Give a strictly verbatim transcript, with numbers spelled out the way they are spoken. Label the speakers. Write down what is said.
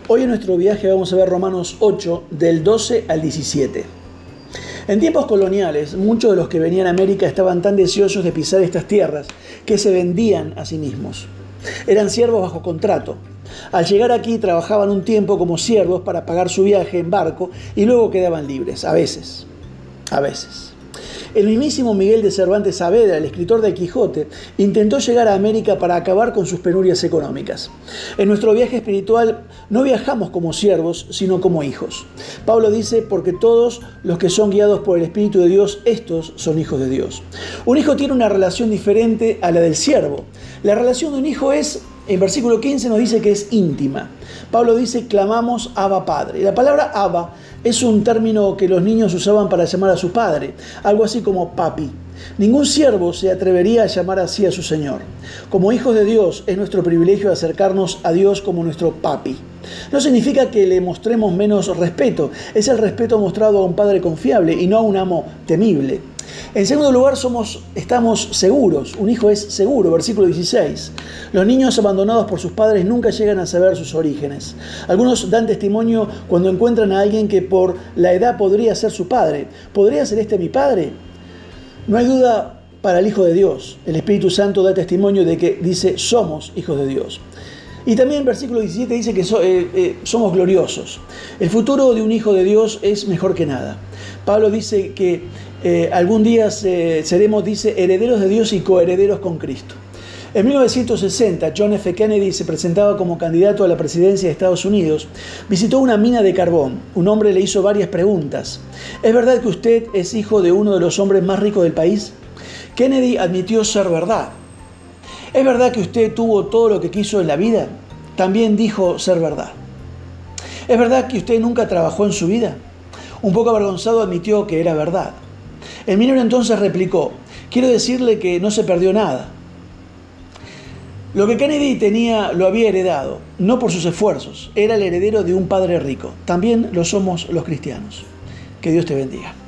Speaker 1: Hoy en nuestro viaje vamos a ver Romanos ocho, del doce al diecisiete. En tiempos coloniales, muchos de los que venían a América estaban tan deseosos de pisar estas tierras que se vendían a sí mismos. Eran siervos bajo contrato. Al llegar aquí trabajaban un tiempo como siervos para pagar su viaje en barco y luego quedaban libres, a veces, a veces. El mismísimo Miguel de Cervantes Saavedra, el escritor de Quijote, intentó llegar a América para acabar con sus penurias económicas. En nuestro viaje espiritual no viajamos como siervos, sino como hijos. Pablo dice, porque todos los que son guiados por el Espíritu de Dios, estos son hijos de Dios. Un hijo tiene una relación diferente a la del siervo. La relación de un hijo es, en versículo quince nos dice que es íntima. Pablo dice, clamamos Abba Padre. La palabra Abba es un término que los niños usaban para llamar a su padre, algo así como papi. Ningún siervo se atrevería a llamar así a su Señor. Como hijos de Dios, es nuestro privilegio acercarnos a Dios como nuestro papi. No significa que le mostremos menos respeto, es el respeto mostrado a un padre confiable y no a un amo temible. En segundo lugar, somos, estamos seguros. Un hijo es seguro, versículo dieciséis. Los niños abandonados por sus padres nunca llegan a saber sus orígenes. Algunos dan testimonio cuando encuentran a alguien que por la edad podría ser su padre. ¿Podría ser este mi padre? No hay duda para el Hijo de Dios. El Espíritu Santo da testimonio de que dice, somos hijos de Dios. Y también el versículo diecisiete dice que so, eh, eh, somos gloriosos. El futuro de un hijo de Dios es mejor que nada. Pablo dice que eh, algún día se, seremos, dice, herederos de Dios y coherederos con Cristo. En mil novecientos sesenta, John F. Kennedy se presentaba como candidato a la presidencia de Estados Unidos. Visitó una mina de carbón. Un hombre le hizo varias preguntas. ¿Es verdad que usted es hijo de uno de los hombres más ricos del país? Kennedy admitió ser verdad. ¿Es verdad que usted tuvo todo lo que quiso en la vida? También dijo ser verdad. ¿Es verdad que usted nunca trabajó en su vida? Un poco avergonzado admitió que era verdad. El minero entonces replicó, quiero decirle que no se perdió nada. Lo que Kennedy tenía lo había heredado, no por sus esfuerzos, era el heredero de un padre rico. También lo somos los cristianos. Que Dios te bendiga.